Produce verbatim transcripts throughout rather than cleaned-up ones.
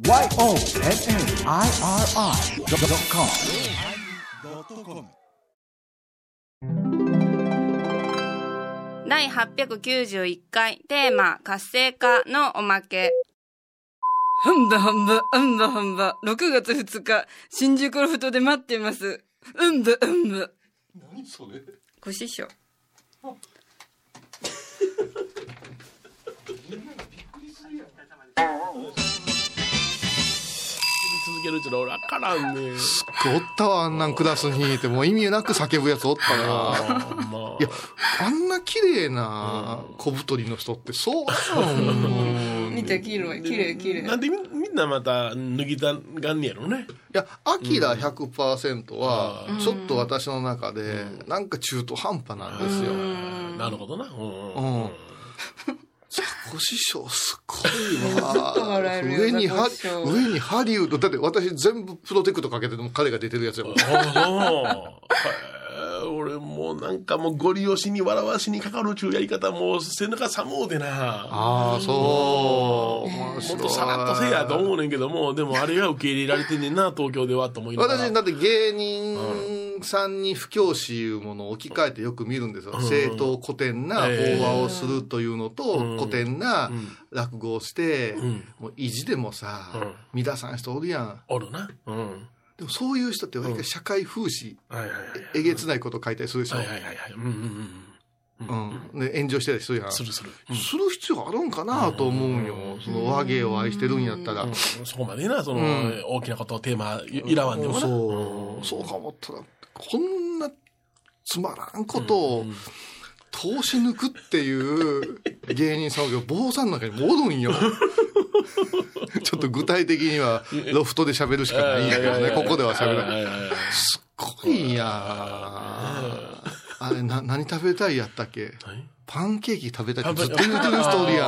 ワイオーエヌエヌアイアールアイドットコムだいはっぴゃくきゅうじゅういっかいテーマ活性化のおまけ。 ハンバハンバ、ハンバハンバ、ろくがつふつか、新宿ロフトで待ってます。うんばうんば。 何それ？ ご師匠。 続けるってのは俺分からんね。 すっごいおったわ、あんなんクラスにいて、もう意味なく叫ぶやつおったな。 まあ、 いや、あんな綺麗な小太りの人ってそうなの。 見て、黄色い、綺麗綺麗。 なんでみみんなまた脱ぎたがんねやろね。 いや、アキラ ひゃくパーセント は、ちょっと私の中で、なんか中途半端なんですよ。 なるほどな。うんうん。ザコ師匠すごいわ。 笑えるよ上にハザコ師匠上にハリウッド、だって私全部プロテクトかけてても彼が出てるやつよ。 あそう。俺もうなんかもうゴリ押しに笑わしにかかるちゅうやり方もう背中寒うでな。 ああ、そう。 もっとさらっとせえやと思うねんけども、でもあれが受け入れられてんねんな、東京ではと思いながら。 私だって芸人さんに不教師いうものを置き換えてよく見るんですよ。正統古典な法話をするというのと、古典な落語をして、もう意地でもさ、乱さん人おるやん。 おるな。うん。 でもそういう人って割と社会風刺、 はいはいはい。 えげつないこと書いたりするでしょ。 はいはいはいはい。うんうんうん。で炎上したりするやん。 するする。 する必要あるんかなと思うんよ。その和芸を愛してるんやったら。 そこまでな、その、大きなことをテーマいらわんでもな。 そう。そうか思ったら、こんなつまらんことを通し抜くっていう芸人さんが坊さんの中にもおるんよ。ちょっと具体的にはロフトで喋るしかないんやけどね、ここでは喋らない。すっごいんや。あれな、何食べたいやったっけ？パンケーキ食べたいってずっと言うてる人おるや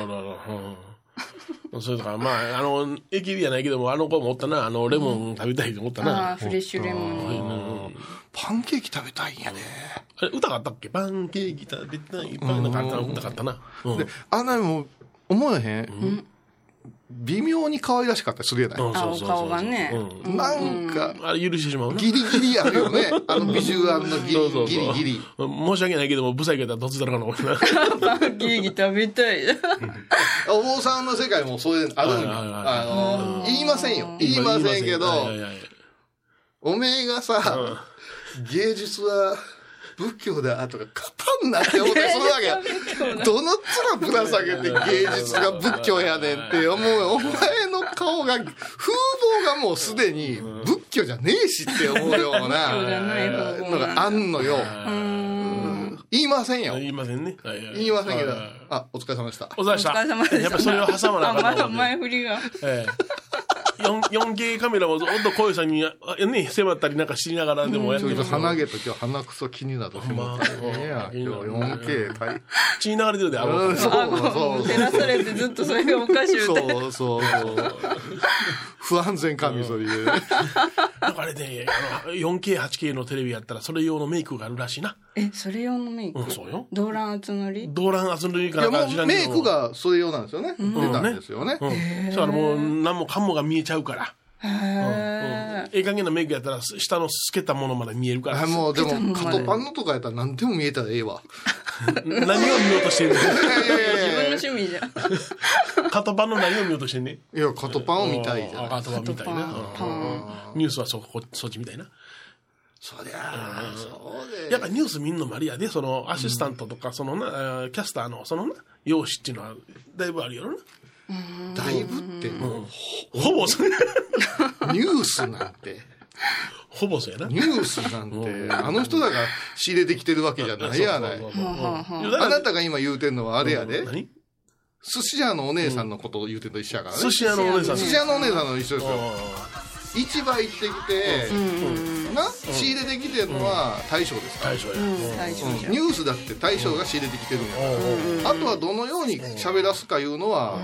ん。 それとか、まあ、あの、駅じゃないけども、あの子もおったな、あの、レモン食べたいと思ったな。 ああ、フレッシュレモン。 パンケーキ食べたいんやね。 あれ、歌があったっけ？パンケーキ食べたい。パンなんかあった歌があったな。 で、あんなにも思えへん？微妙に可愛らしかったりするやない。 あ、お顔がね。 なんか、 あれ許してしまうな。 ギリギリあるよね。あのビジュアルのギリギリギリ。 申し訳ないけども、ブサイケだったらどつだろうかな、思いな。 パンケーキ食べたい。 お坊さんの世界もそういうのあるんよ。あの、言いませんよ。言いませんけど、おめえがさ、芸術は仏教だとか語んなって思ったりするわけや。どの面ぶら下げて芸術が仏教やねんって思う。お前の顔が、風貌がもうすでに仏教じゃねえしって思うようなのがあんのよ。言いませんよ。 言いませんね。 言いませんけど。あ、お疲れ様でした。 お疲れ様でした。やっぱりそれを挟まなあかんと思って。 前振りが。 ええ。よんケー カメラもずっと小遊さんにね、迫ったりなんかしながらでもやってます。 鼻毛と今日鼻くそ気になる。まあ、ねや、今日 よんケー 大。 血流れてるで、あの。 そうそう。照らされてずっとそれがおかしい。 そうそうそう。不安全カミソリで。 なんかあれね、あの、よんケー、はちケー のテレビやったらそれ用のメイクがあるらしいな。 え、それ用のメイク？ うん、そうよ。 動乱厚塗り？ 動乱厚塗りからか知らんけど。メイクがそれ用なんですよね。出たんですよね。 うん。だからもう何もかもが見えちゃうから。 へえ。 ええ加減なメイクやったら下の透けたものまで見えるから。 もうでもカトパンのとかやったら何でも見えたらええわ。 何を見ようとしてんの？ 自分の趣味じゃん。 カトパンの何を見ようとしてんね？ いや、カトパンを見たいじゃん。 カトパンみたいな。ニュースはそこ、そっちみたいな。 そりゃあ、そうで。 やっぱニュース見んのもありやで、そのアシスタントとか、そのな、キャスターのそのな、容姿っていうのはだいぶあるよな。 だいぶってもう、 ほぼそれ。 ニュースなんて。 ほぼそうやな。 ニュースなんて、あの人らが仕入れてきてるわけじゃないやない。あなたが今言うてんのはあれやで。何？寿司屋のお姉さんのことを言うてんと一緒やからね。 寿司屋のお姉さん。 寿司屋のお姉さんの一緒ですよ。市場行ってきて、な仕入れてきてるのは大将ですから。 大将や。 ニュースだって大将が仕入れてきてるんやから。あとはどのように喋らすかいうのは、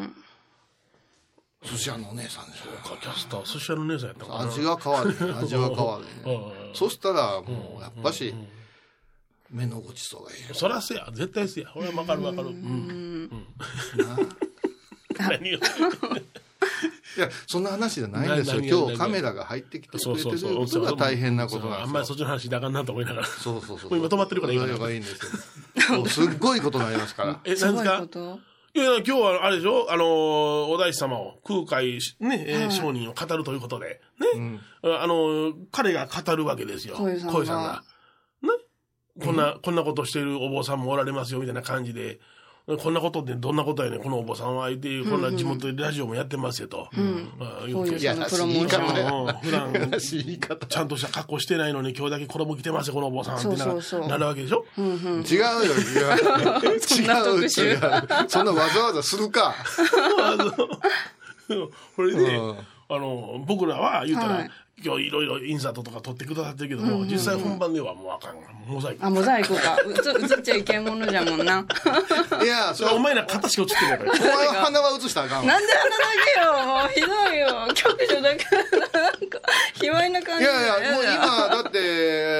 寿司屋のお姉さんでしょ。 キャスター、寿司屋のお姉さんやったかな。 味が変わる、味は変わるね。そしたら、もうやっぱし、目のごちそうがいい。 そらせや、絶対せや。俺はわかるわかる。うん。何を。 いや、そんな話じゃないんですよ。今日カメラが入ってきてくれてることが大変なことなんですよ。 あんまりそっちの話であかんなと思いながら。 そうそうそう。 もう今止まってるからいいから。 いいんですよ。すっごいことになりますから。 え、何ですか？いや、今日はあれでしょ、あのー、お大師様を空海ね、えーはい、商人を語るということで、ね、うん、あのー、彼が語るわけですよ。小井さんが。ね、こんな、うん、こんなことしているお坊さんもおられますよ、みたいな感じで、こんなことってどんなことやねん、このお坊さんは相手、こんな地元でラジオもやってますよと。うん。 そういうそのプロモーション。 普段、ちゃんとした格好してないのに今日だけ衣着てますよ、このお坊さんってなるわけでしょ？ 違うよ、違う。違う、違う。そんなわざわざするか。 これで、あの、僕らは言うたら、今日いろいろインサートとか撮ってくださってるけども、うんうんうん、実際本番ではもうあかんわ。モザイク。 あ、モザイクか。映っちゃいけんものじゃもんな。 いや、 それお前ら肩しか映ってないから。お前は鼻は映したらあかんわ。 なんで鼻だけよ。もうひどいよ。局所だから、なんか、卑猥な感じ。 いやいや、もう今、だって、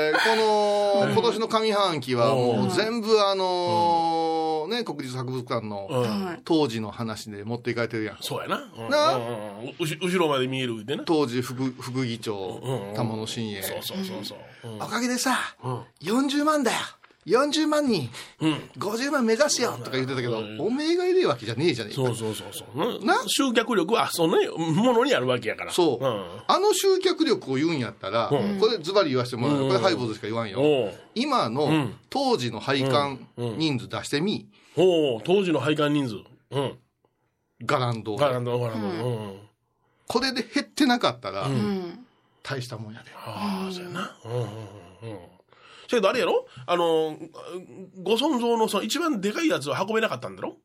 この、今年の上半期はもう全部あの、ね、国立博物館の当時の話で持っていかれてるやん。 そうやな。な後ろまで見えるでな。 当時副、副議長。玉野真栄、 そうそうそうそう、 うん、おかげでさ、うん、よんじゅうまんだよ、よんじゅうまん人、うん、ごじゅうまん目指すよとか言ってたけど、うん、おめえがいるわけじゃねえじゃねえか。 そうそうそうそう、な集客力はそんなものにあるわけやから。 そう、うん、あの集客力を言うんやったら、うん、これズバリ言わせてもらう、うん、これハイボーズしか言わんよ、うん、今の当時の配管人数出してみ、 うんうん、お当時の配管人数、うん、 ガランドガランドガランド、 うん、これで減ってなかったら、うん大したもんやで。 ああ、そうやな。うんうんうん。けどあれやろあの、ご尊像のその一番でかいやつを運べなかったんだろ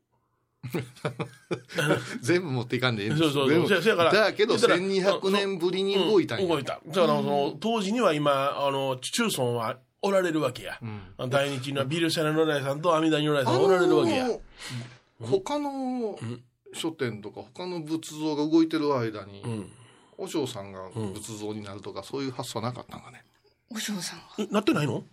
全部持っていかんでいいんです。 そうそうそう。だから。 だけどせんにひゃくねんぶりに動いたんや。 動いた。だからその、当時には今、あの、中尊はおられるわけや。うん、大日のビルシャナ如来さんと阿弥陀如来さんおられるわけや。 他の書店とか他の仏像が動いてる間に、うんお嬢さんが仏像になるとか、うん、そういう発想なかったんかね。 お嬢さんはなってないの？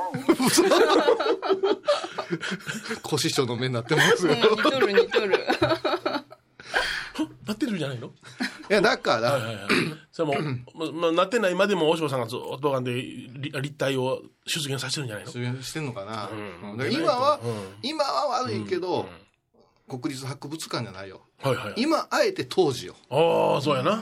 小師匠の目になってますよ。 似とる似とる。 なってるじゃないの？いやだから、はいはいはい、 それもまあなってないまでもお嬢さんがずっとで立体を出現させてるんじゃないの？ 出現してんのかな。うん、だから今は、うん、今は悪いけど、うん、国立博物館じゃないよ。はいはいはい、今あえて当時よ。 ああそうやな、うん、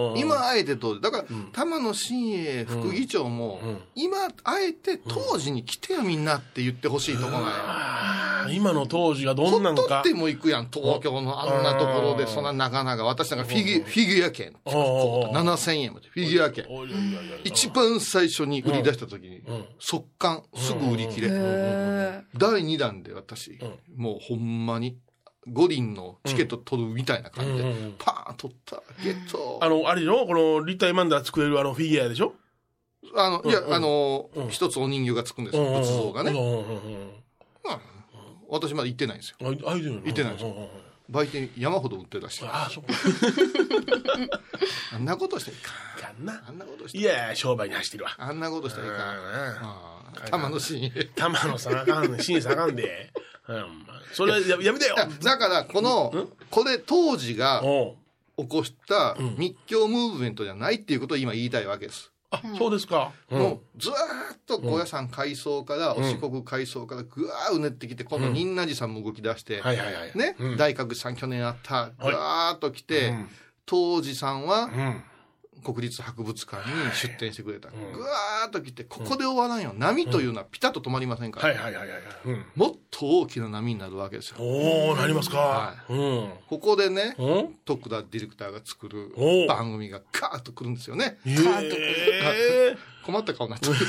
今あえて当時だから、うん、玉野真栄副議長も、うん、今あえて当時に来てよみんなって言ってほしいとこなんよ。 今の当時がどんなのかほっとっても行くやん東京のあんなところでそんななかなか私なんかフィギュ、フィギュア券ななせんえんまでフィギュア券一番最初に売り出した時に速乾すぐ売り切れだいにだんで私もうほんまに五輪のチケット取るみたいな感じで、うん、パーン取ったゲットあのあれでしょこの立体漫画作れるあのフィギュアでしょあの、うん、いや、うん、あの一、うん、つお人形がつくんですよ、うん、仏像がね、うんうんうん、私まだ行ってないんですよ。あ行ってないんですよ、うん、売店山ほど売ってたしああそうあんなことしていかんなあんなことしていや商売に走ってるわあんなことしたらいかん、うん、玉野真栄玉野さんあかん真栄さんあかんでうん、それは や, やめてよだからこの、うん、これ当時が起こした密教ムーブメントじゃないっていうことを今言いたいわけです。 あ、うん、そうですか、 うん、もうずーっと高野山改装から、うん、お四国改装からぐわーうねってきて今度仁和寺さんも動き出して、うんねうん、大覚寺さん去年あったぐわーっと来て、はい、当時さんは、うん国立博物館に出展してくれた、はい、ぐわーっと来てここで終わらんよ、うん、波というのはピタッと止まりませんから、はいはいはいはい、うん、もっと大きな波になるわけですよ。 おーなりますか、はいうん、 ここでね、うん、徳田ディレクターが作る番組がカーッと来るんですよね。 カーッと来る困った顔になっちゃう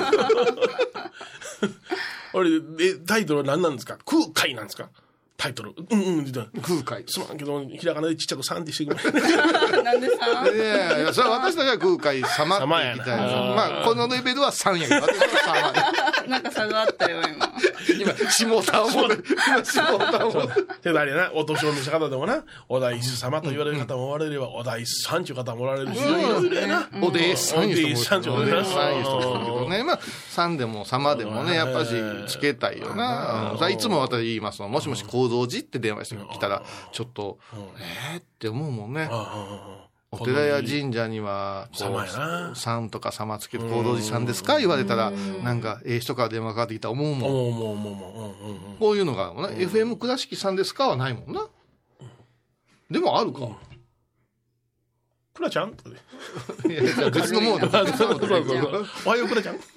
あれえタイトルは何なんですか？空海なんですか？タイトル。うんうん。 空海。 すまんけど、ひらがなでちっちゃくさんってしてくれ。なんでさんいやいや、それは私たちは空海様って言いたいんですよ。まあ、このレベルはさんやけど、私はさんまで。 なんか差があったよ、今。 今、下田を持って、今、下田を持って。 で、あれな、お年を召した方でもな、お大師様と言われる方もおられれば、お大師さんちゅう方もおられるし、いろいろやな。 おでーさんいう人もおでーさんちゅうおでーさんいう人もいるけどね。まあ、さんでも様でもね、やっぱしつけたいよな。いつも私言いますの、もしもし構造寺って電話してきたら、ちょっと、えーって思うもんね。お寺や神社には、こう、さんとか様つける行動寺さんですか言われたら、なんか、ええ人から電話かかってきたら思うもん。思う思う思う思う。こういうのが、エフエム 倉敷さんですかはないもんな。でもあるか。 クラちゃんいや、別のものだ。 おはようクラちゃん。い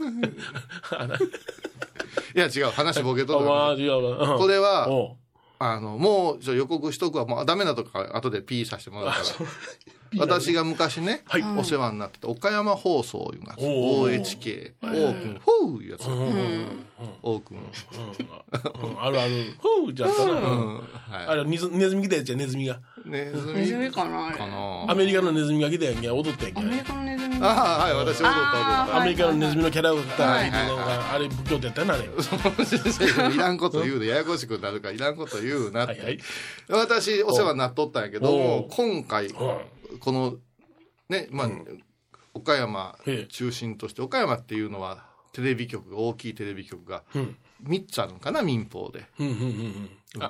や、違う。話ボケとる。これは、あの、もう、予告しとくわ。もうダメなとか、後で P させてもらうから。私が昔ね、はい、お世話になってた岡山放送いうのが オーエイチケー、オーくん、フォーいうやつ。オーくん。 あるある。フォーじゃったな。あれ、ネズミ来たやつや、ネズミが。 ネズミかなアメリカのネズミが来たやんけ、踊ったやんけ。 アメリカのネズミああ、はい、私踊った踊った。 アメリカのネズミのキャラを歌った人が、あれ仏教ってやったよな、あれ。 いらんこと言うで、ややこしくなるから、いらんこと言うなって。私、お世話になっとったんやけど、今回、このねまあ、うん、岡山中心として岡山っていうのはテレビ局大きいテレビ局がみっつあるのかな民放で、うんうんうんうん、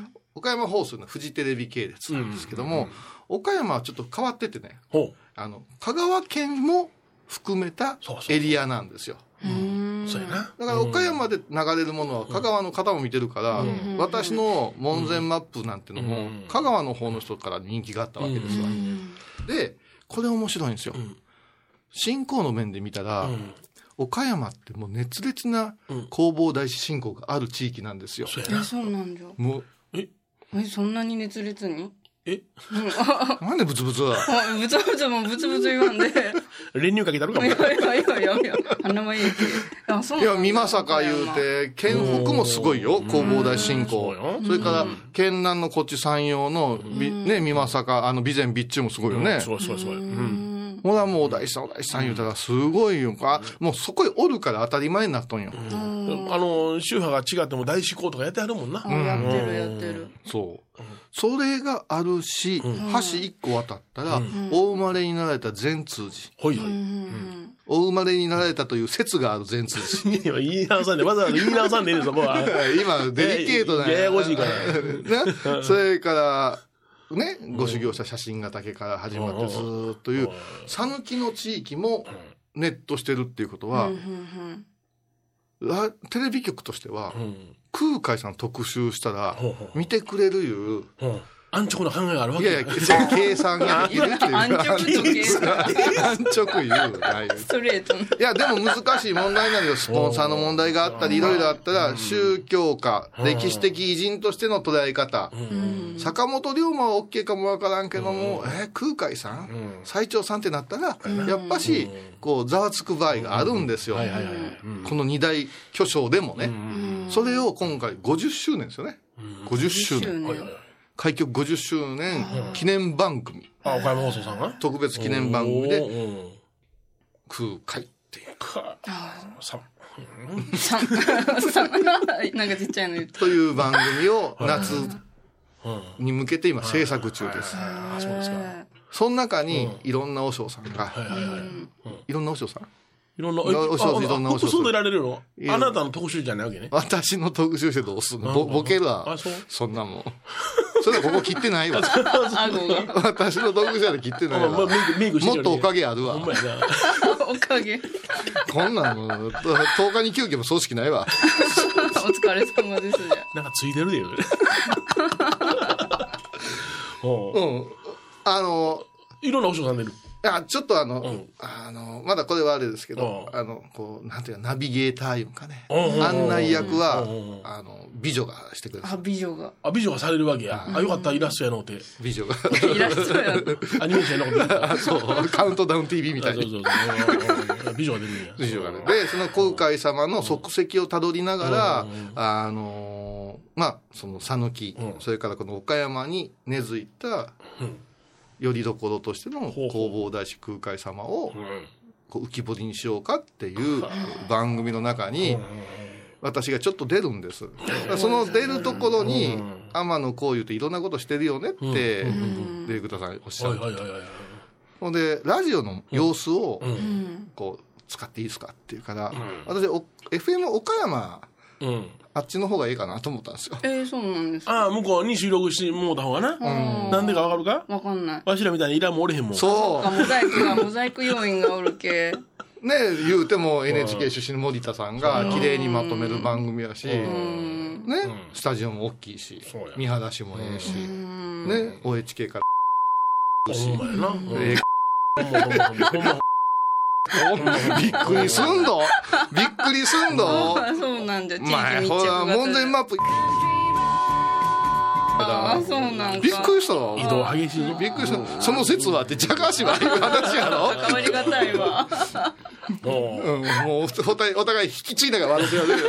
岡山放送のフジテレビ系列なんですけども、うんうんうん、岡山はちょっと変わっててねあの香川県も含めたエリアなんですよ。 そうやな。 だから岡山で流れるものは香川の方も見てるから、うん、私の門前マップなんてのも、うん、香川の方の人から人気があったわけですわ、うん、でこれ面白いんですよ、うん、信仰の面で見たら、うん、岡山ってもう熱烈な弘法大師信仰がある地域なんですよ、 うん、えそうなんじゃもうええそんなに熱烈にえなんでブツブツだブツブツもブツブツ言わんで練乳かけたるかもいやいやいやいやいやあんなもんいいけいや美作言うて県北もすごいよ弘法大信仰それから県南のこっち山陽のね美作あの備前備中もすごいよねすごいすごいすごいほらもうお大師さんお大師さん言うたらすごいよあもうそこへおるから当たり前になっとんよあの宗派が違っても大師講とかやってはるもんなやってるやってるそうそれがあるし、うん、橋一個渡ったら、うん、お生まれになられた善通寺、はいはいうん、お生まれになられたという説がある善通寺言い直さんでわざわざ言い直さんでいいですよ今デリケートなややこしいからそれからねご修行者写真ヶ岳から始まってずっという讃岐の地域もネットしてるっていうことは、うんテレビ局としては、うん、空海さん特集したら見てくれるいう、うん、 安直な考えがあるわけいやいや計算ができるっていう安直計算安直言うストレートいやでも難しい問題なんだよスポンサーの問題があったりいろいろあったら宗教家歴史的偉人としての捉え方、うん、坂本龍馬は OK かもわからんけども、うん、え空海さん、うん、最長さんってなったら、うん、やっぱしこうざわつく場合があるんですよ、この二大巨匠でもね、うん、それを今回ごじゅっしゅうねんですよね、うん、ごじゅっしゅうねん開局ごじゅっしゅうねん記念番組、 あ岡山放送さんが特別記念番組で空海っていうさなんかちっちゃいの言ってという番組を夏に向けて今制作中です。 あそうですか。 その中にいろんな和尚さんがいろんな和尚さんいろんなお尚いろんなお尚複数でられるのあなたの特集じゃないわけね。 私の特集してどうすんのボ, ボケるわそんなもんそれはここ切ってないわ私の特集で切ってないわもっとおかげあるわおかげこんなのとおかに休憩も葬式ないわお疲れ様ですじゃなんかついてるでようんあのいろんなお尚さん出るいやちょっとあの、うん、あのまだこれはあれですけど、あのこうなんていうかナビゲーターいうかね、案内役はあの美女がしてくれる。 あ美女が。 あ美女がされるわけや。あよかったイラストやのって美女がイラストやアニメーションやのあそうカウントダウン ティービー みたいな。 そうそうそう美女が出るんや。 美女がね。でその空海様の足跡をたどりながらあのまあその讃岐、それからこの岡山に根付いた。よりどころとしての弘法大師空海様をこう浮き彫りにしようかっていう番組の中に私がちょっと出るんです。その出るところに天野こう言うていろんなことしてるよねってディレクターさんおっしゃる。ほんでラジオの様子をこう使っていいですかって言うから、私 エフエム 岡山あっちの方がいいかなと思ったんですよ。 えー、そうなんですか。 ああ、向こうに収録してもうた方がな。なんでかわかるか？ わかんない。 わしらみたいにいらんもおれへんもん。 そう。 モザイクが、モザイク要員がおるけ。 ね言うても エヌエイチケー 出身の森田さんが綺麗にまとめる番組やし、ね、スタジオも大きいし、見晴らしもええし、ね、オーエイチケー からほんまやな。 ええびっくりすんどびっくりすんどそうなんだ。地域密着前ほら門前マップああそうなんかびっくりしたの。 移動激しい。 びっくりした。その説はってジャガー氏はいう話やろ。 変わりがたいわ。 うん、もうお互いお互い引き継いだから私はね。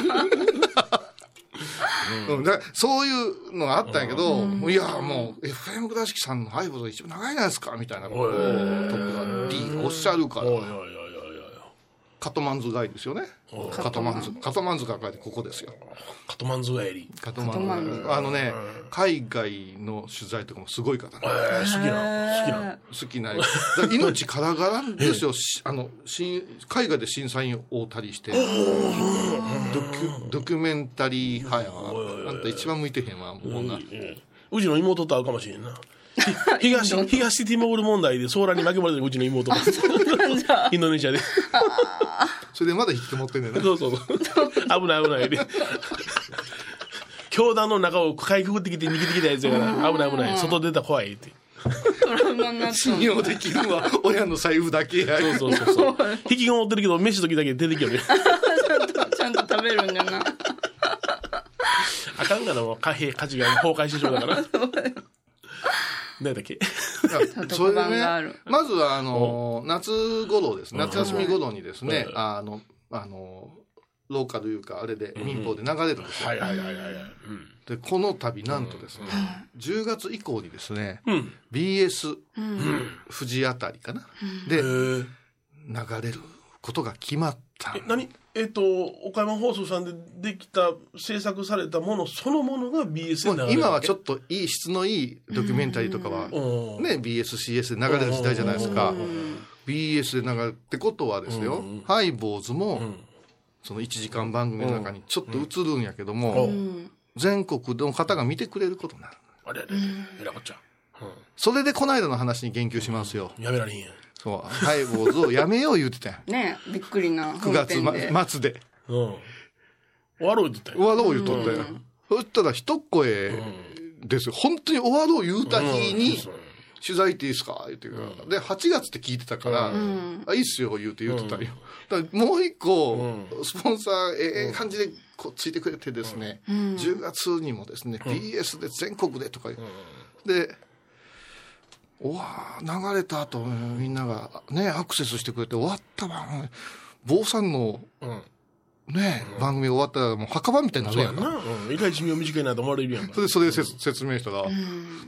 うん、だそういうのがあったんやけど、うん、いやもう エフエム 倉敷さんのハイボードが一番長いじゃないですかみたいなことをトップが D おっしゃるから。カトマンズ街ですよね。カトマンズカトマンズが書いてここですよ。 カトマンズ帰り。 カトマンズあのね海外の取材とかもすごい方、ね、 えー、好きな好きな好きな命からがらんですよ。あの海外で審査員を追ったりしてドキュ、ドキュメンタリー派やわ。あんた一番向いてへんわもうこんな。 うちの妹と会うかもしれんな。東東ティモール問題でソーラーに負けまれてるうちの妹がインドネシアでそれでまだ引きこもってんねんな。 そうそうそう危ない危ないで教団の中をかいくぐってきて逃げてきたやつやから危ない危ない外出たら怖いって信用できるのは親の財布だけや。 そうそうそうそう引きこもってるけど飯の時だけ出てきよねちゃんと食べるんだなあかんがなもう貨幣価値が崩壊してしまうだから何だっけそれでねまずはあの夏頃です夏休み頃にですねあのあのローカルというかあれで民放で流れるんですよ。でこの度なんとですねじゅうがつ以降にですね ビーエス 富士あたりかなで流れることが決まった。 え何えっと岡山放送さんでできた制作されたものそのものが ビーエス で流れる。 今はちょっといい質のいいドキュメンタリーとかはね ビーエスシーエス で流れる時代じゃないですか。 ビーエス で流れるってことはですよハイボーズもそのいちじかん番組の中にちょっと映るんやけども全国の方が見てくれることになる。 あれあれえらこっちゃそれでこの間の話に言及しますよ。 やめられへんやん。 そうハイボーズをやめよう言うてたやんねえびっくりなくがつ末で、うん、 終わろう言ってたよ。 終わろう言うとったやん、うん、そしたら一声ですよ、うん、本当に終わろう言うた日に、うん、取材っていいですか言ってから、うん、ではちがつって聞いてたから、うん、あいいっすよ言うて言うてたんよ、うん、だからもう一個、うん、スポンサーええ感じでこうついてくれてですね、うん、じゅうがつにもですね、うん、ビーエス で全国でとか、うん、でおわ流れた後みんながねアクセスしてくれて終わったわ坊さんの、うんねうん、番組終わったらもう墓場みたいになるやんか。 うん、意外寿命短いなと思われるやんか。 それでそれで説明したら、うん、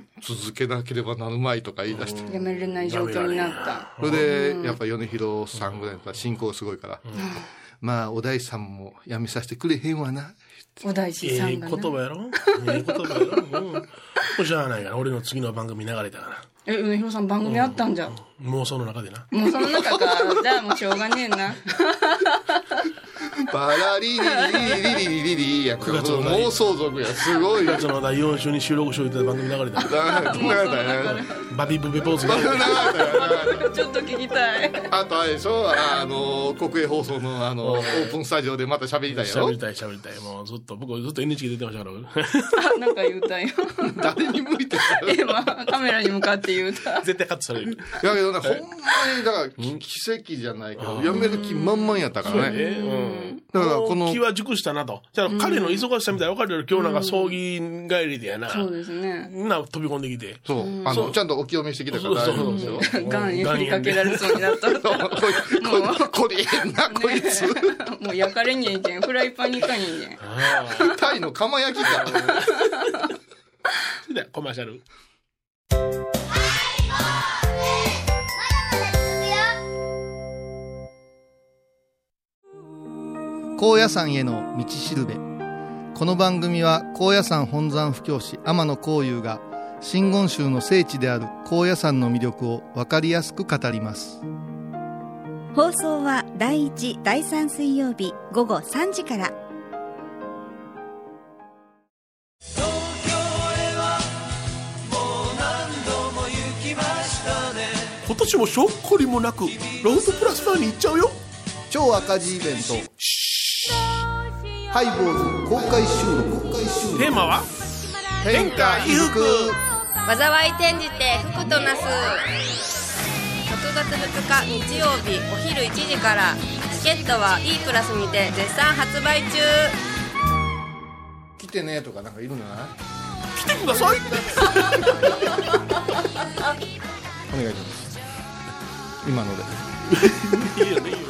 続けなければなるまいとか言い出して、 うん、やめれない状況になった。 それでやっぱ米広さんぐらいだったら進行すごいから、うん、まあお大師さんもやめさせてくれへんわな。 お大師さんがな。 ええ言葉やろ。ええ言葉やろ。もうもうしゃあないから俺の次の番組流れたから。 え、米広さん番組あったんじゃ、 うん、妄想の中でな。 妄想の中か。じゃあもうしょうがねえな。 バラリリリリリリリリやくがつの妄想族やすごい。 くがつのだいよん週に収録しといた番組流れた。流れたね。バビブベポーズが流れた。ちょっと聞きたい。 あとあれでしょあの国営放送のあのオープンスタジオでまた喋りたいやろ。 喋りたい喋りたいもうずっと僕ずっと エヌエイチケー 出てましたから。 あなんか言うたんよ。 誰に向いてる？えまあカメラに向かって言うた。 絶対カットされる。 だけどねほんまにだから奇跡じゃないけどやめる気満々やったからね。 だからこの気は熟したなと。じゃあ彼の忙しさみたいな分かるよ。今日なんか葬儀帰りでやな。 そうですね。 な飛び込んできて。 そうあのちゃんとお清めしてきたから大丈夫ですよ。 ガンにかけられそうになったら。 これ変なこいつ。 もう焼かれにいけんフライパンにいかにいけん。 タイの釜焼きか。 でコマーシャル。 高野山への道しるべ。この番組は高野山本山布教師天野幸雄が真言宗の聖地である高野山の魅力を分かりやすく語ります。 放送はだいいち、だいさん水曜日午後さんじから。 今年もしょっこりもなくロフトプラスバーに行っちゃうよ。 超赤字イベントハイボール公開収録。公開収録テーマは天下衣服。 災い転じて福となす。ろくがつふつか日曜日お昼いちじから。チケットは E プラスにて絶賛発売中。 来てねとかなんかいるんじゃない？ 来てくださいお願いします。今のでいいよね、いいよいいよ。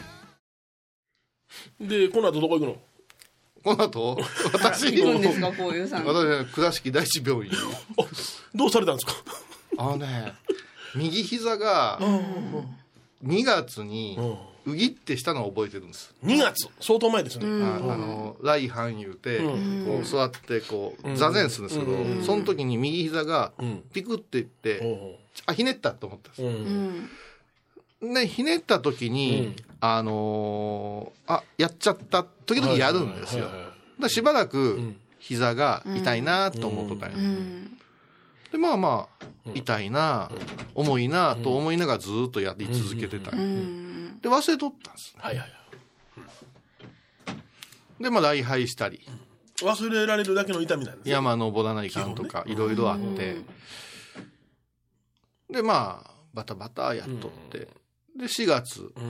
でこの後どこ行くの？ この後私行くんですか、こういうさん。 私は倉敷第一病院。 どうされたんですか？ あのね、右膝がにがつにうぎってしたのを覚えてるんです。 にがつ相当前ですね。 ああの来飯言うて、こう座ってこう座禅するんですけど、その時に右膝がピクっていってあひねったと思ったんです。うんね、ひねった時に、うん、あのー、あやっちゃった時々やるんですよ。だしばらく膝が痛いなと思っとったんや、うん、でまあまあ痛いな、うん、重いなと思いながらずっとやり続けてたんや、うん、で忘れとったんです、はいはいはい、でまあ礼拝したり忘れられるだけの痛みなんです、ね、 山登らないかんとかいろいろあって、でまあバタバタやっとって、うんでしがつ、うん、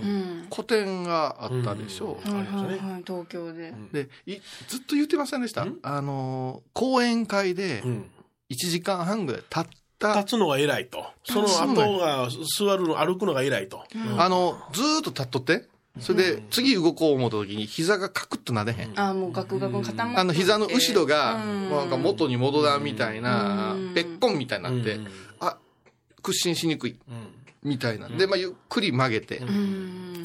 個展があったでしょう、 うんはいはいはい、東京で、 でいずっと言ってませんでした、うん、あの講演会でいちじかんはんぐらい立った立つのが偉いと、その後が座るの歩くのが偉いと、 うん、あのずーっと立っとってそれで次動こう思った時に膝がカクッとなれへん、 うん、あもうガクガク固まってあの膝の後ろがなんか元に戻らんみたいなぺっこんみたいになってあ屈伸しにくい、うんみたいな。で、まあ、ゆっくり曲げて。うん。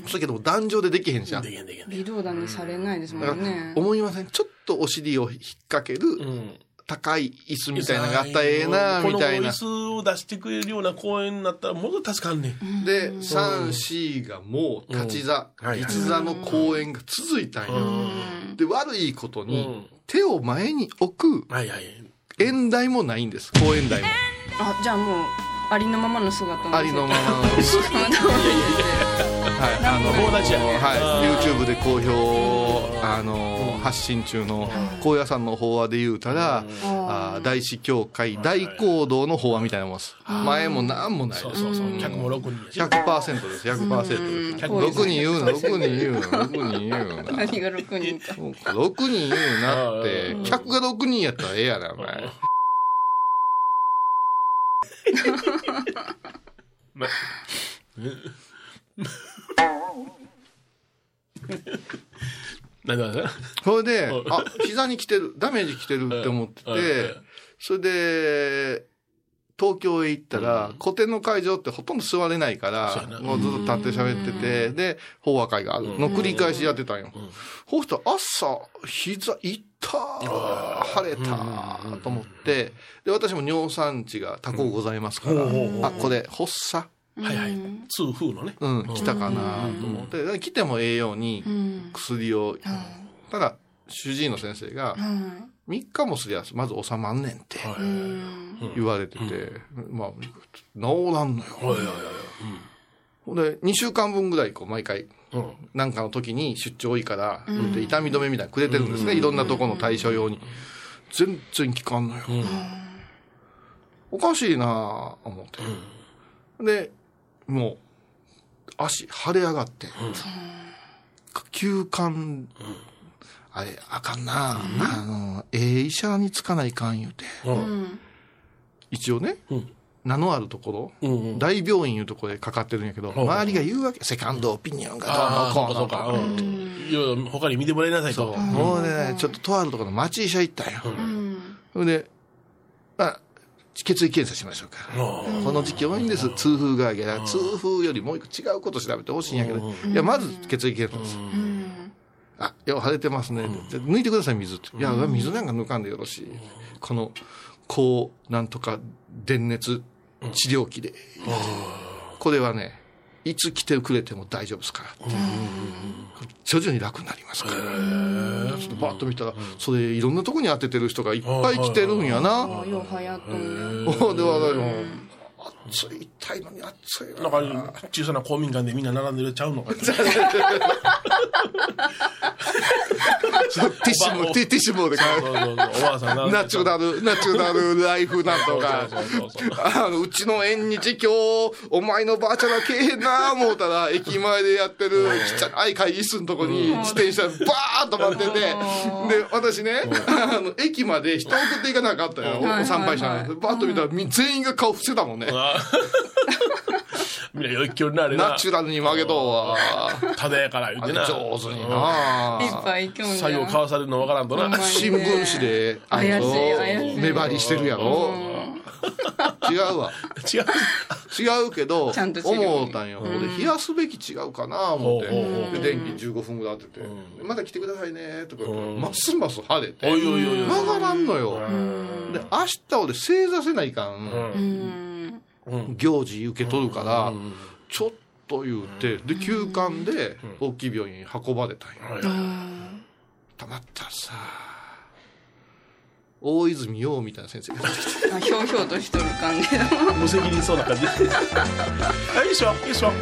そやけども、壇上でできへんじゃん。できへんできへん。 微動だにされないですもんね。 思いません。ちょっとお尻を引っ掛ける、うん、高い椅子みたいなのがあったらええな、みたいな。 この椅子を出してくれるような公園になったら、もっと助かんねん。 で、さん、よんがもう立ち座、立座の公園が続いたんよ。で、悪いことに、手を前に置く、縁台もないんです。公園台も。 あ、じゃあもう、ありのままの姿ありのままの姿はいあの友達やね、はい、YouTube で好評あの発信中の高野山の法話で言うたらあ大師教会大講堂の法話みたいなもんです前も何もないです。 そうそうそう客もろくにんひゃくパーセント です ひゃくパーセント ですろくにん言うなろくにん言うなろくにん言うな何がろくにんかろくにん言うなって客がろくにんやったらええやなお前ま、何だろうそれであ膝に来てるダメージ来てるって思っててそれで東京へ行ったら、うん、個展の会場ってほとんど座れないからもうずっと立って喋っててで法話会があるの繰り返しやってたんよ、うん、そうしたら朝膝痛腫れたと思ってで私も尿酸値が高うございますから、うん、あこれ発作はいはい痛風のねうん来たかなと思って、来てもええように薬を、ただ主治医の先生がみっかもすりゃまず収まんねんって言われてて、まあ治らんのよ。でにしゅうかんぶんぐらいこう毎回なんかの時に出張多いから痛み止めみたいなくれてるんですね、いろんなとこの対処用に。全然効かんのよ。おかしいなぁ思って。でもう足腫れ上がって、急患あれあかんな、うん、あのええ医者につかないかん言うて、うん、一応ね、うん、名のあるところ、うんうん、大病院いうところでかかってるんやけど、うん、周りが言うわけセカンドオピニオンがどうのこうのとか他に見てもらえなさいと。 そうもうねちょっととあるところの町医者行ったんよ、うん、でまあ血液検査しましょうか。この時期多いんです。痛風がや痛風よりもう一個違うこと調べてほしいんやけど、いやまず血液検査です。 あ、よう腫れてますね。抜いてください、水って。いや、水なんか抜かんでよろしい。この、高、なんとか、電熱治療器で。これはね、いつ来てくれても大丈夫ですから。徐々に楽になりますから。ちょっとバッと見たら、それいろんなとこに当ててる人がいっぱい来てるんやな。 よう流行っとんね。では、暑い、痛いのに暑いな。なんか、小さな公民館でみんな並んでるちゃうのか。 ティッシュも、ティッシュもで買う。おばあさんナチュラル、ナチュラルライフなんとか。あの、うちの縁日今日、お前のばあちゃんがけえへんなぁ思うたら、駅前でやってるちっちゃい会議室のとこに自転車バーッと待ってて、で、私ね、あの、駅まで人送っていかなかったよ。参拝者なんで。バーッと見たら全員が顔伏せたもんね。 みんなよいきょうになれな。 ナチュラルに曲げとうわ。 ただやから言うてな。 上手にな。 いっぱい興味作業交わされるのわからんとな。 新聞紙で、あの、目張りしてるやろ。違うわ。 違う。 違うけど、思ったんよ。冷やすべき違うかな思って。で、電気じゅうごふんぐらい当てて、また来てくださいね、とか、ますます晴れて。曲がらんのよ。で、明日俺正座せないかん。行事受け取るから、ちょっと言うて、で、休館で大きい病院に運ばれたんよ。たまったらさ、大泉洋みたいな先生が出てきて。 あ、ひょうひょうとしとる感じだ。 無責任そうな感じ。はい、いいっしょ、いいっしょ。はい。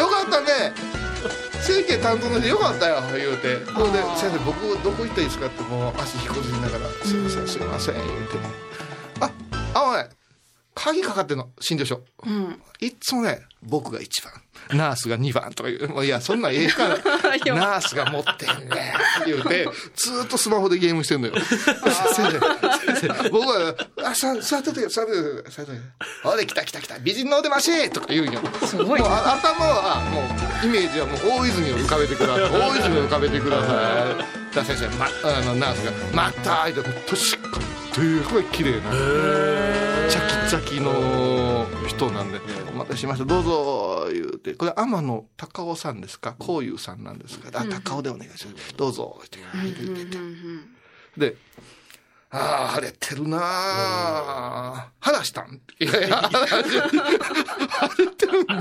よかったね。整形担当の人よかったよ、言うて。ほんで、先生、僕どこ行ったらいいですかって、もう足引っこずりながら、すいません、すいません、言うて。あ、あのね、鍵かかってんの、診療所。うん。いつもね、僕がいちばん、ナースがにばんとか言う。もういや、そんなんええから、ナースが持ってんねん。言うて、ずーっとスマホでゲームしてんのよ。先生、先生、僕は、あ、さ、座っててよ、座っててよ、座っててよ。ほれ、来た来た来た、美人のお出ましとか言うんよ。 すごい。 もう頭は、もう、イメージはもう大泉を浮かべてください。大泉を浮かべてください。じゃあ先生、ま、あの、ナースが、またーいて、ほんとしっかり。すごい綺麗なチャキチャキの人なんで、お待たせしました、どうぞ言うて、これ天野隆夫さんですか、こういうさんなんですか、あ、隆夫でお願いします、どうぞって言ってて、で、ああ晴れてるなあ、晴らしたん、いやいや晴れてるんだ、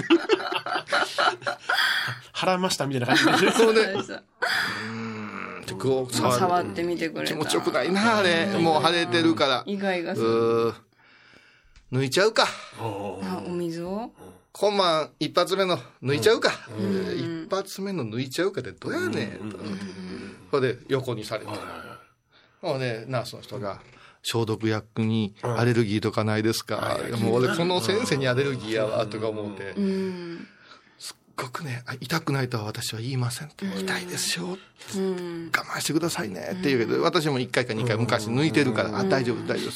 晴らましたみたいな感じで、 そうね。 こう触ってみてくれた。 気持ちよくないなあれ、もう晴れてるから。 意外がする。 抜いちゃうか。 あ、お水をコンマン一発目の抜いちゃうか。一発目の抜いちゃうかってどうやねん。それで横にされて。もうね、ナースの人が、消毒薬にアレルギーとかないですか。もう俺この先生にアレルギーやわとか思って。すっごくね、痛くないとは私は言いません。痛いですよ。我慢してくださいねって言うけど、私もいっかいかにかい昔抜いてるから、あ、大丈夫、大丈夫です。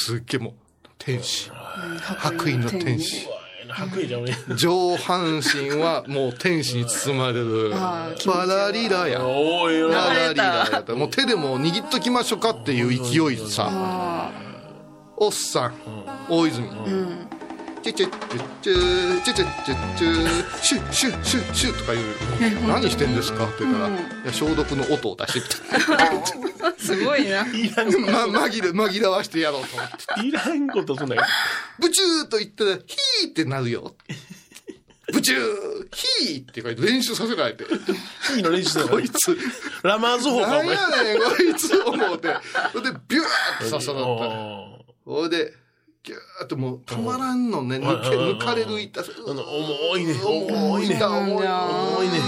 すっげえもう、天使。白衣の天使。 白衣じゃんね。 上半身はもう天使に包まれる。バラリラや。バラリラや。もう手でも握っときましょうかっていう勢いさ。おっさん、大泉。チュチュチュチュチュチュチュチュシュシュシュシュとか言う。何してんですかって言ったら、いや消毒の音を出してきた。 すごいな。 ま、紛ら、紛らわしてやろうと思って。 いらんことそんなよ。 ブチューと言ったら、ヒーってなるよ。ブチューヒーって書いて練習させられて。 ヒーの練習だこいつ。 ラマーズ法か、 お前。なんやねん、こいつ思うて。それで、ビューって刺さった。それで、ギューってもう止まらんのね、抜け、抜かれる痛さ。 重いね。 重いね。重い重いね。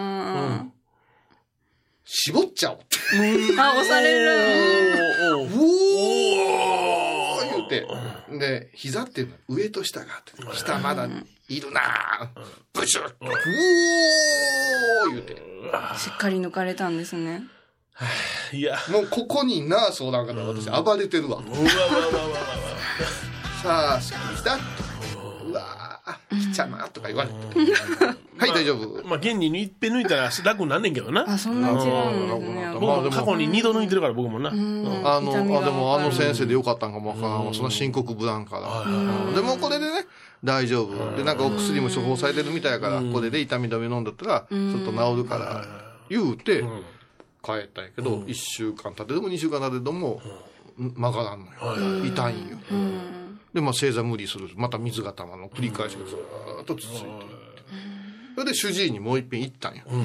絞っちゃおう。 あ、押される。 おー言うて。で、膝っていうのは上と下があって、下まだいるなぁ。ブシュッおー言うて。 しっかり抜かれたんですね。 いや。 もうここにナースおらんから私暴れてるわ。うわうわうわうわ。さあ、好きだうわぁ、きちゃなとか言われて。はい、大丈夫。 まあ、現にいっぺん抜いたら楽になんねんけどな。 あ、そんな違うんですね。 僕も過去ににど抜いてるから、僕もな。 あの、あ、でもあの先生でよかったんかもわからんわ。そんな深刻ぶらんから。でもこれでね、大丈夫。で、なんかお薬も処方されてるみたいやから、これで痛み止め飲んだったら、ちょっと治るから、言うて、 帰ったんやけど、うん、いっしゅうかん経ってでもにしゅうかん経ってでも曲がらんのよ、はい、痛いんよ、うん、でまあ正座無理するまた水が溜まるの繰り返しがずっと続いてる、うん、それで主治医にもう一遍行ったんよ、うん、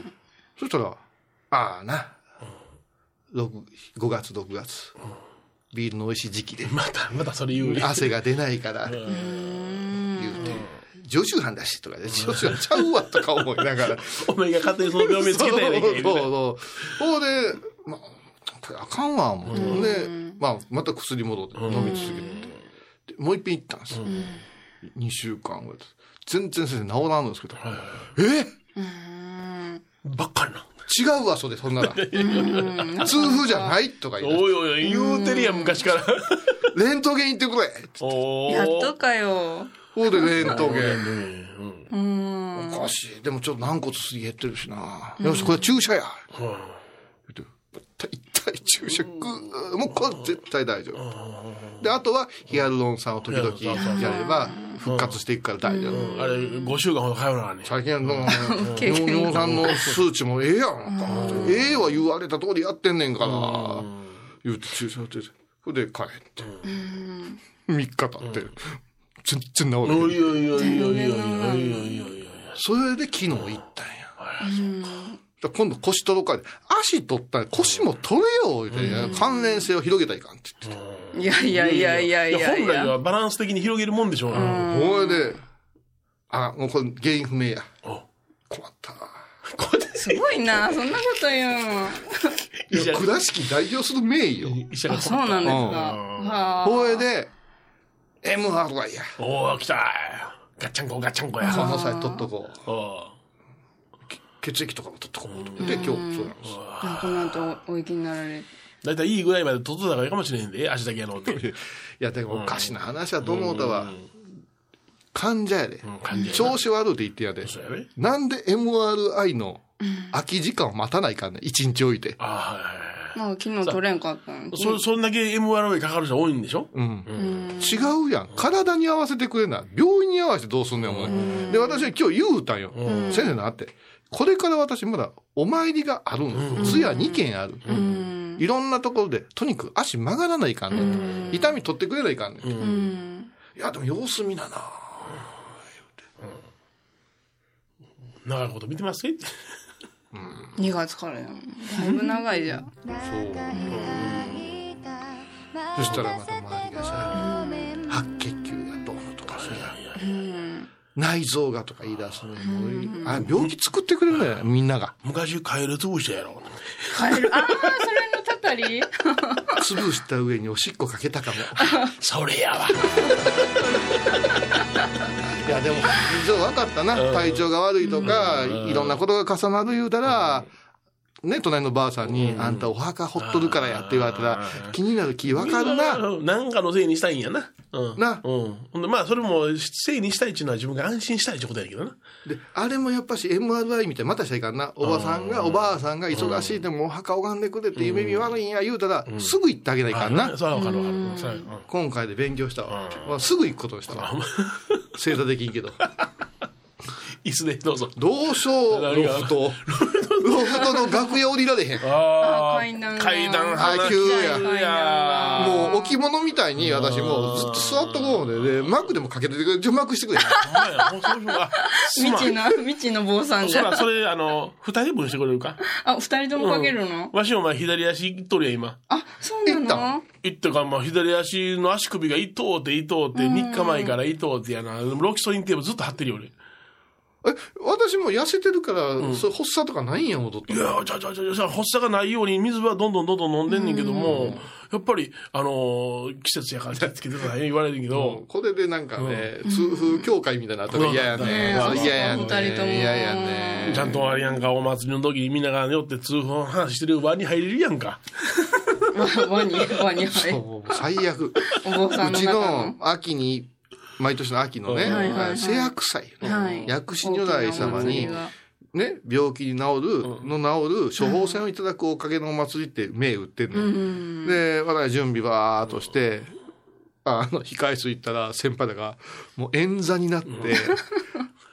そしたらああなごがつろくがつ、うん、ビールの美味しい時期でまたまたそれ言う汗が出ないから言うて常習犯だしとかで常習犯ちゃうわとか思いながらお前が勝手にその病名つけたやねんけどそうそうそうで、まあ、あかんわ思って、うん、で、まあ、また薬戻って飲み続けて、うん、もう一遍行ったんですよ、うん、にしゅうかんぐらい全然先生治らんのですけど、はいはい、えうんばっかりな違うわそれそんなら痛風じゃないとか言うおいおい言うてるやん昔からレントゲン行ってくれおやっとかよそうでレントゲン、うん、おかしいでもちょっと軟骨すり減ってるしな、うん、よしこれ注射や、うん、痛い注射グーもうこれ絶対大丈夫であとはヒアルロン酸を時々やれば復活していくから大丈夫、うん、 あれごしゅうかんほど通うなね最近の尿酸の数値もええやんええは言われた通りやってんねんから言うて注射打ってそれで帰ってみっか経って全然治る。いやいやいやいやいやいやいやいや。それで昨日行ったんや。うん、今度腰取ろうかで足取ったら腰も取れよって、うん、関連性を広げたらいかんって言ってた。いやいやいやいやいや。 本来はバランス的に広げるもんでしょうね。それで、あ、もうこれ原因不明や。困った。 すごいな、そんなこと言う。 いや、倉敷代表する名医よ。 あ、そうなんですか。 それで、エムアールアイ や。 おー、来た。ガッチャンコガッチャンコや。 この際取っとこう。血液とかも取っとこう。で、今日、そうなんです。 この後、お行きになられる。 だいたいいいぐらいまで取っとった方がいいかもしれへんで、足だけやろうって。いや、でもおかしな話はどう思うたわ。患者やで。調子悪いって言ってやで。なんで エムアールアイ の空き時間を待たないかんねん。一日置いて。 ああ、はいはい。 まあ、昨日取れんかったんそ、そんだけ エムアールアイ かかる人多いんでしょ。うん。 うん、違うやん。体に合わせてくれない。病院に合わせてどうすんねん、お前。で、私は今日言うたんよ。先生なって。これから私まだお参りがあるん。通夜にけんある。いろんなところで、とにかく足曲がらないかんねん。痛み取ってくれないかんねん。いや、でも様子見なな。 長いこと見てますね。 にがつからやん。だいぶ長いじゃん。そう。 そしたらまた周りがさ、白血球がどうのとかさ、内臓がとか言い出すのに、あ、病気作ってくれるね、みんなが。 昔カエル潰したやろ。 カエル、ああ、それのたたり潰した上におしっこかけたかも。 それやわ。 いやでも一応分かったな、体調が悪いとかいろんなことが重なる言うたらね、隣のばあさんにあんたお墓掘っとるからやって言われたら気になる気分かるな。 なんかのせいにしたいんやな。うん、な、うん、まあそれもせいにしたいっていうのは自分が安心したいってことやけどな。 であれもやっぱし エムアールアイ みたいまたしたらいかんな。おばさんがおばあさんが忙しいでもお墓拝んでくれって夢見悪いんや言うたら、うん、すぐ行ってあげないかんな。 うん、それは分かる分かる。 今回で勉強したわ、まあ、すぐ行くことにしたわ。正座できんけど。 椅子でどうぞ。 どうしよう、ロフト。ロフトの楽屋降りられへん。 ああ、階段。 階段は急や。もう置物みたいに私もうずっと座っとこうので、で、幕でもかけてくれ、除幕してくれ。 未知の、未知の坊さんじゃ。 そら、それ、あの、二人分してくれるか。 あ、二人ともかけるの？ わしお前左足いっとるや、今。 あ、そうなの？ いったか、まあ、左足の足首がいとうっていとうって、みっかまえからいとうってやな、ロキソニンテープずっと貼ってるよ、俺。 え、私も痩せてるから、うん、そ発作とかないんや、戻った。 いや、じゃじゃじゃじゃ発作がないように水はどんどんどんどん飲んでんねんけども、やっぱり、あのー、季節やからつけてたら言われるけど、 うん、これでなんかね、うん、痛風協会みたいなのあったら嫌やね。嫌やね。嫌やね。 ちゃんとあれやんか、お祭りの時にみんながよって痛風の話してる輪に入れるやんか。 輪に、輪に入る。 最悪。 お坊さんの中の。うちの秋に、毎年の秋のね、聖薬祭の薬師如来様に、ね、病気に治る、の治る処方箋をいただくおかげのお祭りって銘打ってんの。で、我々準備ばーっとして、あの、控え室行ったら先輩らが、もう演座になって、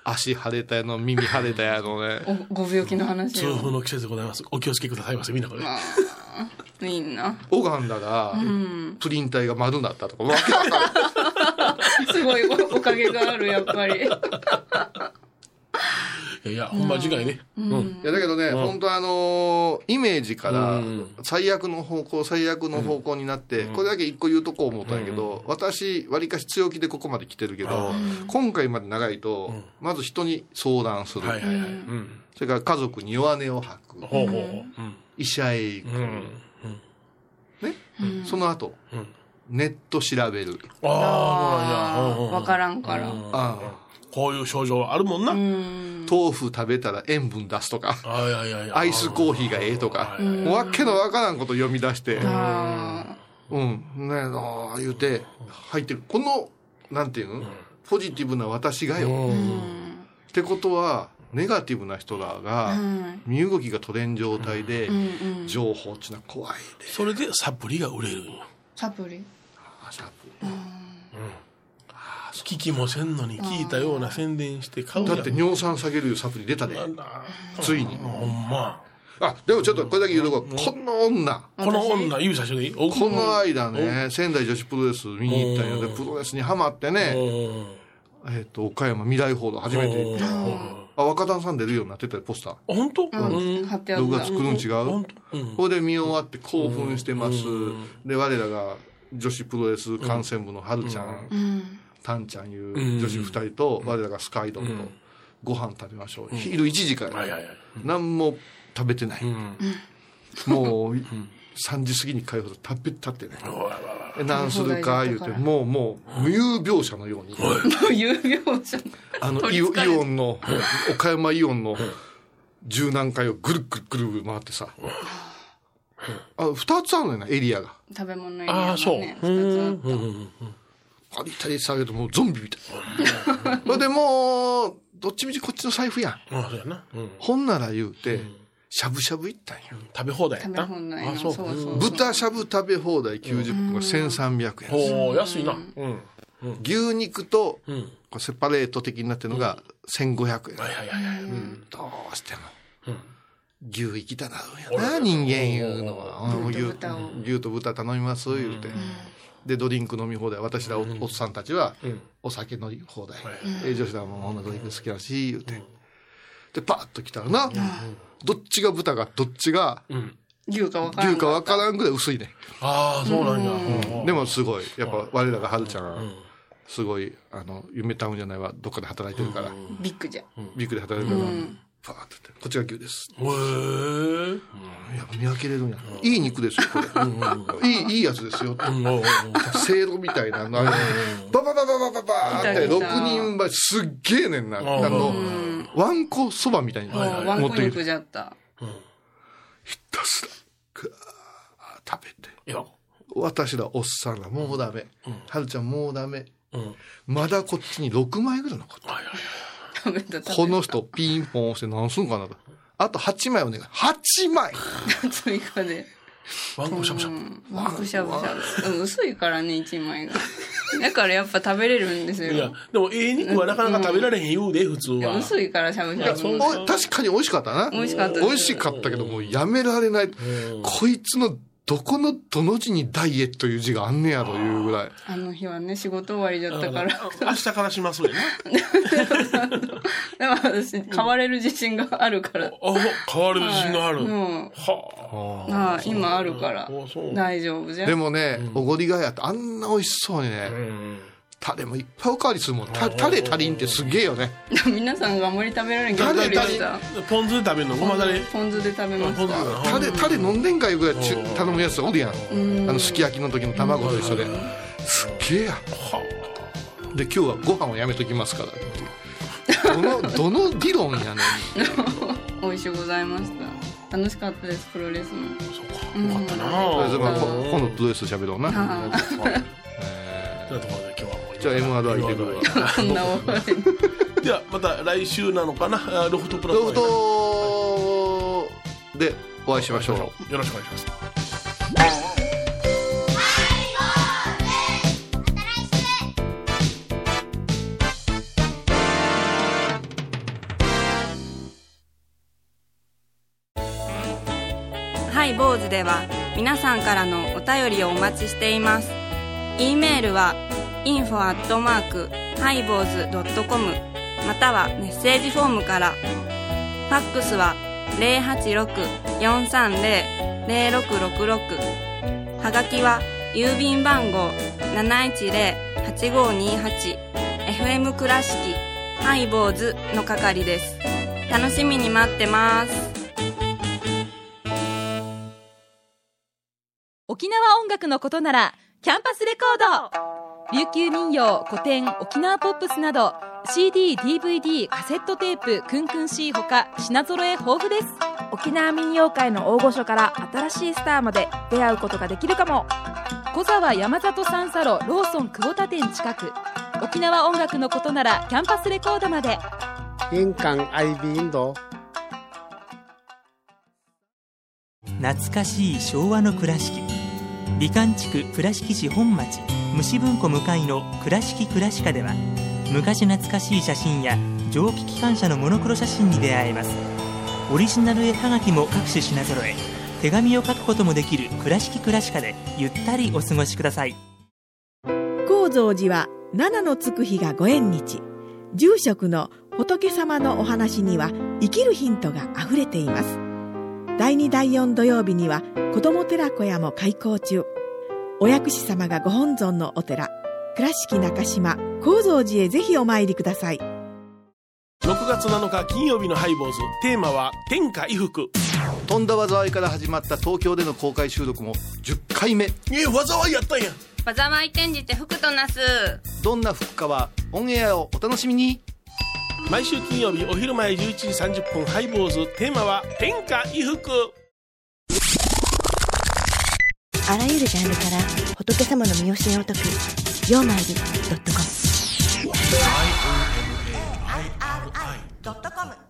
足腫れたやの耳腫れたやのねご病気の話痛風の季節でございます。お気をつけくださいませ、みんなこれ。 まあみんな拝んだら、うん、プリン体が丸になったとかわけわかんすごい お, おかげがある、やっぱり。 いや、ほんま次回ね。 うん。いや、だけどね、うん、本当あのー、イメージから、最悪の方向、最悪の方向になって、うん、これだけ一個言うとこう思ったんやけど、うん、私、わりかし強気でここまで来てるけど、うん、今回まで長いと、うん、まず人に相談する。はいはいはい。それから家族に弱音を吐く。うん、医者へ行く。うん、ね、うん、その後、うん、ネット調べる。 ああ、わからんから。ああ、 こういう症状あるもんな。 豆腐食べたら塩分出すとか、あいやいやいやアイスコーヒーがええとか、もうわけのわからんこと読み出して、うん、ねえなあ言うて入ってる。このなんていうの、ポジティブな私がよ。ってことはネガティブな人らが身動きが取れん状態で情報っていうのは怖いで。 それでサプリが売れるんよ。 サプリ。 あサプリ。 聞きもせんのに聞いたような宣伝して買うやん。 だって尿酸下げるサプリ出たで、ついに。 ほんま。 あ、でもちょっとこれだけ言うとこ、この女この女指差しでいい？ この間ね、仙台女子プロレス見に行ったんやで、プロレスにハマってね、えっと岡山未来報道初めて行った。あ、若旦さん出るようになってたよ、ポスター。 本当？ ろくがつ来るん違う？これで見終わって興奮してます。で我らが女子プロレス観戦部の春ちゃん、タンちゃんいう女子ふたりと我らがスカイドンとご飯食べましょう。昼いちじから何も食べてない。もうさんじ過ぎに帰るほど食べたってね。何するか言うて、もうもう無有描写のように。 無有描写。 あのイオンの岡山イオンの十何階をぐるぐるぐるぐる回ってさ。あ、二つあるのよな、エリアが。 食べ物エリアがね。あ、そう。二つあった。 ありたり下げてもうゾンビみたいな。それでもう、どっちみちこっちの財布やん。ああ、そうやな。うん、ほんなら言うて、うん、しゃぶしゃぶ行ったんよ。 食べ放題やった。 食べ放題。あ、そう。そうそうそう。 豚しゃぶ食べ放題きゅうじゅっぷんがせんさんびゃくえん。 おー、安いな。うん。 牛肉と、うん、これセパレート的になってるのがせんごひゃくえん。はいはいはいはい。どうしても。うん、牛行きたなるんやな、人間いうのは。牛と豚頼みます、言うて。でドリンク飲み放題、私ら お,、うん、おっさんたちはお酒飲み放題、うん、女子らも女ドリンク好きだし言うて、うん、でパッと来たらな、うん、どっちが豚がどっちが、うん、 牛か分からん牛か分からんぐらい薄いね。 ああそうなんや、 うん、でもすごいやっぱ我らがはるちゃん、うん、すごいあの夢タウンじゃないわどっかで働いてるから、うん、 ビッグじゃビッグで働いてるから、うんパーってこっちが牛です。へえ。やっぱ見分けれるんや。いい肉ですよこれ。いいいいやつですよ。せいろみたいなのバババババババってろくにんばいすっげえねんな。あのワンコそばみたいに持ってきて。じゃった。 ひたすら食べて。私らおっさんらもうダメ。はるちゃんもうダメ。まだこっちにろくまいぐらい残ってる。 食べた食べたこの人ピンポン押して何すんかなと。あとはちまいお願い。はちまい追加でワンコしゃぶしゃぶワンコしゃぶしゃぶ薄いからねいちまいがだからやっぱ食べれるんですよ。 いやでもええ肉はなかなか食べられへん言うで普通は。 薄いからしゃぶしゃぶ確かに美味しかったな。 美味しかった美味しかったけどもうやめられない。こいつのどこのどの字にダイエットいう字があんねやというぐらい。 あの日はね仕事終わりだったから明日からしますよね。 でも私変われる自信があるから。あ変わる自信がある。 はい、うんはあ、あ今あるから大丈夫じゃん。 でもね、うん、おごりがやってあんな美味しそうにね、うん、タレもいっぱいおかわりするもん。タレ足りんってすげえよね。 皆さんがあんまり食べられんけどタレ足りん。 ポン酢で食べるのごまだれポン酢で食べますか。 タレタレ飲んでんかいうぐらい頼むやつおるやん。あのすき焼きの時の卵と一緒ですっげえや。で今日はご飯をやめときますからってどのどの議論やねん。 美味しゅうございました。楽しかったですプロレスも。 そうかよかったな。 今度プロレス喋ろうな。 というところで今日はじゃあ エムアール 空いてくるわ。 こんなおいではまた来週なのかなロフトプラスロフトでお会いしましょう。よろしくお願いします。 ハイボーズでは皆さんからのお便りをお待ちしています。 E メールは インフォ アットマーク ハイボーズ ドットコム またはメッセージフォームから。ファックスは ゼロはちろく よんさんゼロ ゼロろくろくろく、 はがきは郵便番号 なないちゼロ はちごにはち エフエム 倉敷ハイボーズの係です。楽しみに待ってます。 沖縄音楽のことならキャンパスレコード、琉球民謡、古典、沖縄ポップスなど シーディー、ディーブイディー、カセットテープ、クンクン C ほか品揃え豊富です。 沖縄民謡界の大御所から新しいスターまで出会うことができるかも。小沢山里三佐路ローソン久保田店近く。沖縄音楽のことならキャンパスレコードまで。 玄関アイビーインド。 懐かしい昭和の倉敷、美観地区倉敷市本町虫文庫向かいの倉敷倉歯科では、昔懐かしい写真や蒸気機関車のモノクロ写真に出会えます。オリジナル絵はがきも各種品揃え、手紙を書くこともできる倉敷倉歯科でゆったりお過ごしください。 高蔵寺は七のつく日がご縁日。住職の仏様のお話には生きるヒントがあふれています。だいにだいよん土曜日には子ども寺小屋も開校中。お薬師様がご本尊のお寺、倉敷中島・高蔵寺へぜひお参りください。 ろくがつなのか金曜日のハイボーズ、テーマは天下衣服。 とんだ災いから始まった東京での公開収録もじゅっかいめ。 え災いやったんや。 災い転じて福となす。 どんな服かはオンエアをお楽しみに。 毎週金曜日お昼前じゅういちじさんじゅっぷん、ハイボーズ、テーマは天下衣服。 あらゆるジャンルから仏様の身教えを解くようまいり .com。 ドットコム